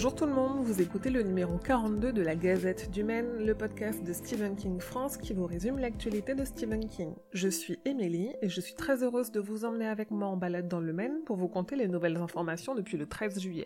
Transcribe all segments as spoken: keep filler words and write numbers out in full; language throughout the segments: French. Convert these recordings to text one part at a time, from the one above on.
Bonjour tout le monde, vous écoutez le numéro quarante-deux de la Gazette du Maine, le podcast de Stephen King France qui vous résume l'actualité de Stephen King. Je suis Émilie et je suis très heureuse de vous emmener avec moi en balade dans le Maine pour vous conter les nouvelles informations depuis le treize juillet.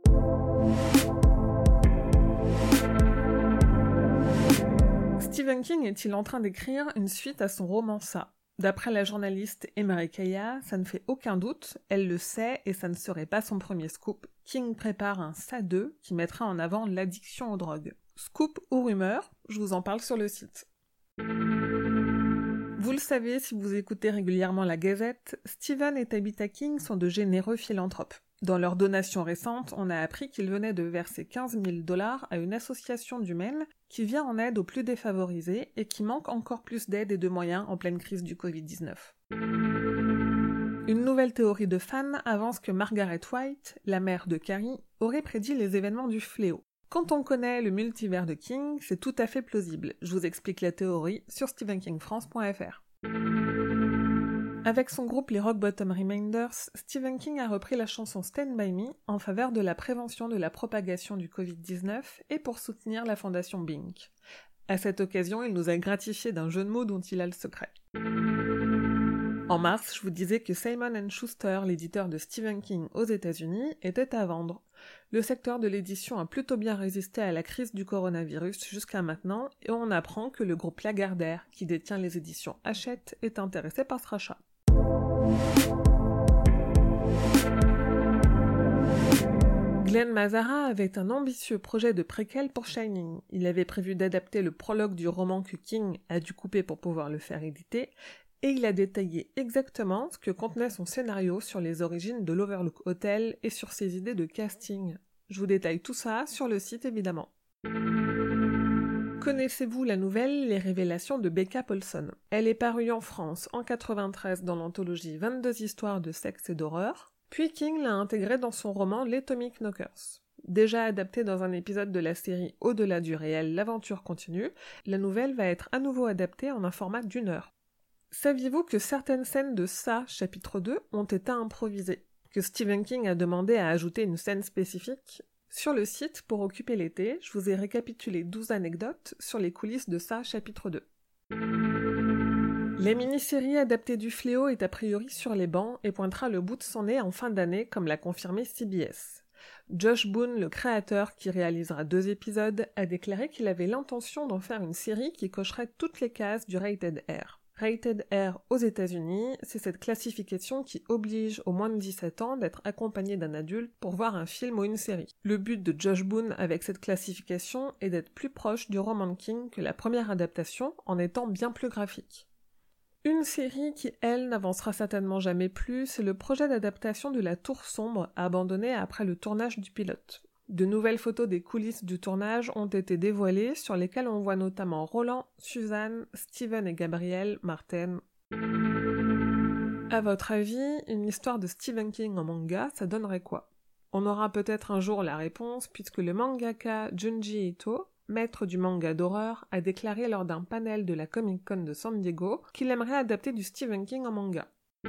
Stephen King est-il en train d'écrire une suite à son roman Ça ? D'après la journaliste Emery Kaya, ça ne fait aucun doute, elle le sait et ça ne serait pas son premier scoop. King prépare un Ça deux qui mettra en avant l'addiction aux drogues. Scoop ou rumeur, je vous en parle sur le site. Vous le savez si vous écoutez régulièrement la Gazette, Stephen et Tabitha King sont de généreux philanthropes. Dans leur donation récente, on a appris qu'ils venaient de verser quinze mille dollars à une association du Maine qui vient en aide aux plus défavorisés et qui manque encore plus d'aide et de moyens en pleine crise du covid dix-neuf. Une nouvelle théorie de fans avance que Margaret White, la mère de Carrie, aurait prédit les événements du fléau. Quand on connaît le multivers de King, c'est tout à fait plausible. Je vous explique la théorie sur stephen king france point f r. Avec son groupe les Rock Bottom Reminders, Stephen King a repris la chanson Stand By Me en faveur de la prévention de la propagation du covid dix-neuf et pour soutenir la fondation Bink. À cette occasion, il nous a gratifié d'un jeu de mots dont il a le secret. En mars, je vous disais que Simon and Schuster, l'éditeur de Stephen King aux États-Unis, était à vendre. Le secteur de l'édition a plutôt bien résisté à la crise du coronavirus jusqu'à maintenant et on apprend que le groupe Lagardère, qui détient les éditions Hachette, est intéressé par ce rachat. Glenn Mazzara avait un ambitieux projet de préquel pour Shining. Il avait prévu d'adapter le prologue du roman que King a dû couper pour pouvoir le faire éditer, et il a détaillé exactement ce que contenait son scénario sur les origines de l'Overlook Hotel et sur ses idées de casting. Je vous détaille tout ça sur le site évidemment. Connaissez-vous la nouvelle Les Révélations de Becca Paulson ? Elle est parue en France en quatre-vingt-treize dans l'anthologie vingt-deux histoires de sexe et d'horreur, puis King l'a intégrée dans son roman Les Atomic Knockers. Déjà adaptée dans un épisode de la série Au-delà du réel, l'aventure continue, la nouvelle va être à nouveau adaptée en un format d'une heure. Saviez-vous que certaines scènes de Ça, chapitre deux, ont été improvisées ? Que Stephen King a demandé à ajouter une scène spécifique ? Sur le site, pour occuper l'été, je vous ai récapitulé douze anecdotes sur les coulisses de Ça, chapitre deux. La mini-série adaptée du Fléau est a priori sur les bancs et pointera le bout de son nez en fin d'année, comme l'a confirmé C B S. Josh Boone, le créateur qui réalisera deux épisodes, a déclaré qu'il avait l'intention d'en faire une série qui cocherait toutes les cases du Rated R. Rated R aux États-Unis, c'est cette classification qui oblige aux moins de dix-sept ans d'être accompagné d'un adulte pour voir un film ou une série. Le but de Josh Boone avec cette classification est d'être plus proche du roman de King que la première adaptation en étant bien plus graphique. Une série qui, elle, n'avancera certainement jamais plus, c'est le projet d'adaptation de La Tour Sombre, abandonné après le tournage du pilote. De nouvelles photos des coulisses du tournage ont été dévoilées, sur lesquelles on voit notamment Roland, Suzanne, Steven et Gabriel, Martin. À votre avis, une histoire de Stephen King en manga, ça donnerait quoi ? On aura peut-être un jour la réponse, puisque le mangaka Junji Ito, maître du manga d'horreur, a déclaré lors d'un panel de la Comic Con de San Diego qu'il aimerait adapter du Stephen King en manga.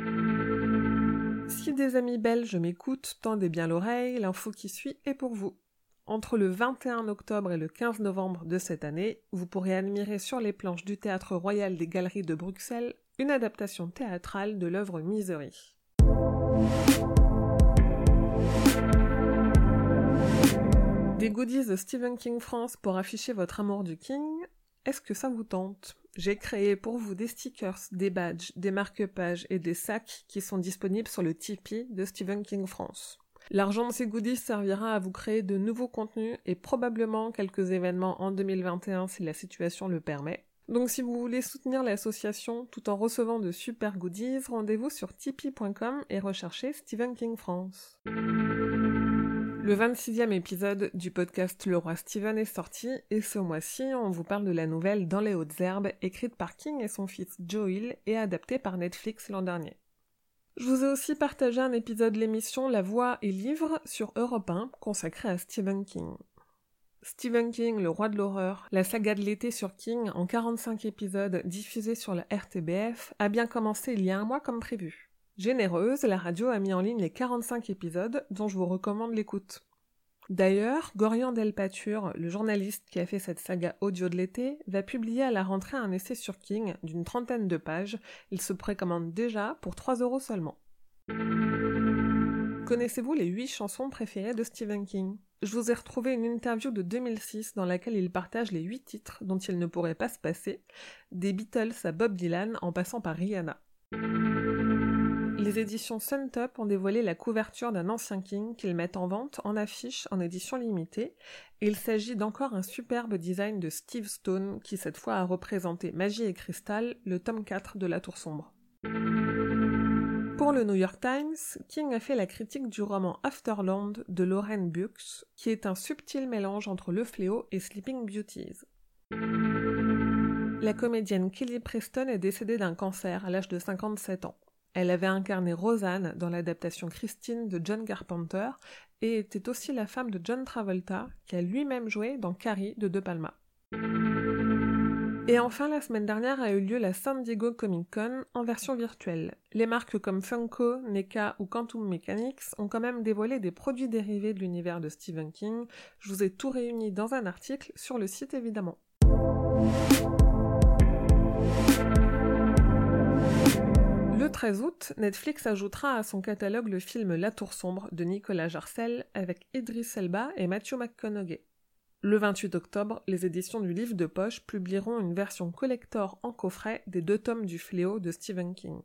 Si des amis belges m'écoutent, tendez bien l'oreille, l'info qui suit est pour vous. Entre le vingt et un octobre et le quinze novembre de cette année, vous pourrez admirer sur les planches du Théâtre Royal des Galeries de Bruxelles une adaptation théâtrale de l'œuvre Misery. Des goodies de Stephen King France pour afficher votre amour du King, est-ce que ça vous tente ? J'ai créé pour vous des stickers, des badges, des marque-pages et des sacs qui sont disponibles sur le Tipeee de Stephen King France. L'argent de ces goodies servira à vous créer de nouveaux contenus et probablement quelques événements en deux mille vingt et un si la situation le permet. Donc si vous voulez soutenir l'association tout en recevant de super goodies, rendez-vous sur tipeee point com et recherchez Stephen King France. Le vingt-sixième épisode du podcast Le Roi Stephen est sorti et ce mois-ci, on vous parle de la nouvelle Dans les hautes herbes, écrite par King et son fils Joe Hill et adaptée par Netflix l'an dernier. Je vous ai aussi partagé un épisode de l'émission La Voix et Livre sur Europe un consacré à Stephen King. Stephen King, le roi de l'horreur, la saga de l'été sur King en quarante-cinq épisodes diffusés sur la R T B F, a bien commencé il y a un mois comme prévu. Généreuse, la radio a mis en ligne les quarante-cinq épisodes dont je vous recommande l'écoute. D'ailleurs, Gorian Delpature, le journaliste qui a fait cette saga audio de l'été, va publier à la rentrée un essai sur King d'une trentaine de pages. Il se précommande déjà pour trois euros seulement. Connaissez-vous les huit chansons préférées de Stephen King ? Je vous ai retrouvé une interview de deux mille six dans laquelle il partage les huit titres dont il ne pourrait pas se passer, des Beatles à Bob Dylan en passant par Rihanna. Les éditions Suntop ont dévoilé la couverture d'un ancien King qu'ils mettent en vente en affiche en édition limitée, et il s'agit d'encore un superbe design de Steve Stone qui cette fois a représenté Magie et Cristal, le tome quatre de La Tour Sombre. Pour le New York Times, King a fait la critique du roman Afterland de Lauren Bux, qui est un subtil mélange entre Le Fléau et Sleeping Beauties. La comédienne Kelly Preston est décédée d'un cancer à l'âge de cinquante-sept ans. Elle avait incarné Roseanne dans l'adaptation Christine de John Carpenter et était aussi la femme de John Travolta, qui a lui-même joué dans Carrie de De Palma. Et enfin, la semaine dernière a eu lieu la San Diego Comic Con en version virtuelle. Les marques comme Funko, N E C A ou Quantum Mechanics ont quand même dévoilé des produits dérivés de l'univers de Stephen King. Je vous ai tout réuni dans un article sur le site évidemment. Le treize août, Netflix ajoutera à son catalogue le film La Tour Sombre de Nicolas Jarcel avec Idris Elba et Matthew McConaughey. Le vingt-huit octobre, les éditions du Livre de Poche publieront une version collector en coffret des deux tomes du Fléau de Stephen King.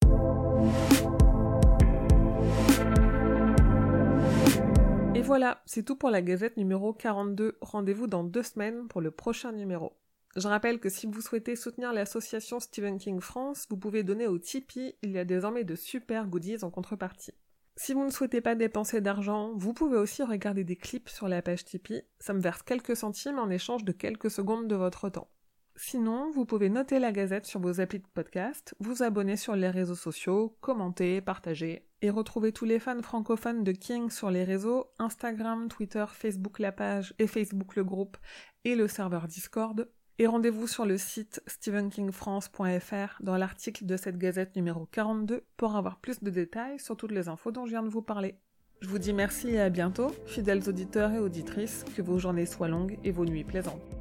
Et voilà, c'est tout pour la Gazette numéro quarante-deux. Rendez-vous dans deux semaines pour le prochain numéro. Je rappelle que si vous souhaitez soutenir l'association Stephen King France, vous pouvez donner au Tipeee, il y a désormais de super goodies en contrepartie. Si vous ne souhaitez pas dépenser d'argent, vous pouvez aussi regarder des clips sur la page Tipeee, ça me verse quelques centimes en échange de quelques secondes de votre temps. Sinon, vous pouvez noter la Gazette sur vos applis de podcast, vous abonner sur les réseaux sociaux, commenter, partager, et retrouver tous les fans francophones de King sur les réseaux Instagram, Twitter, Facebook la page et Facebook le groupe et le serveur Discord. Et rendez-vous sur le site stephen king france point f r dans l'article de cette Gazette numéro quarante-deux pour avoir plus de détails sur toutes les infos dont je viens de vous parler. Je vous dis merci et à bientôt, fidèles auditeurs et auditrices, que vos journées soient longues et vos nuits plaisantes.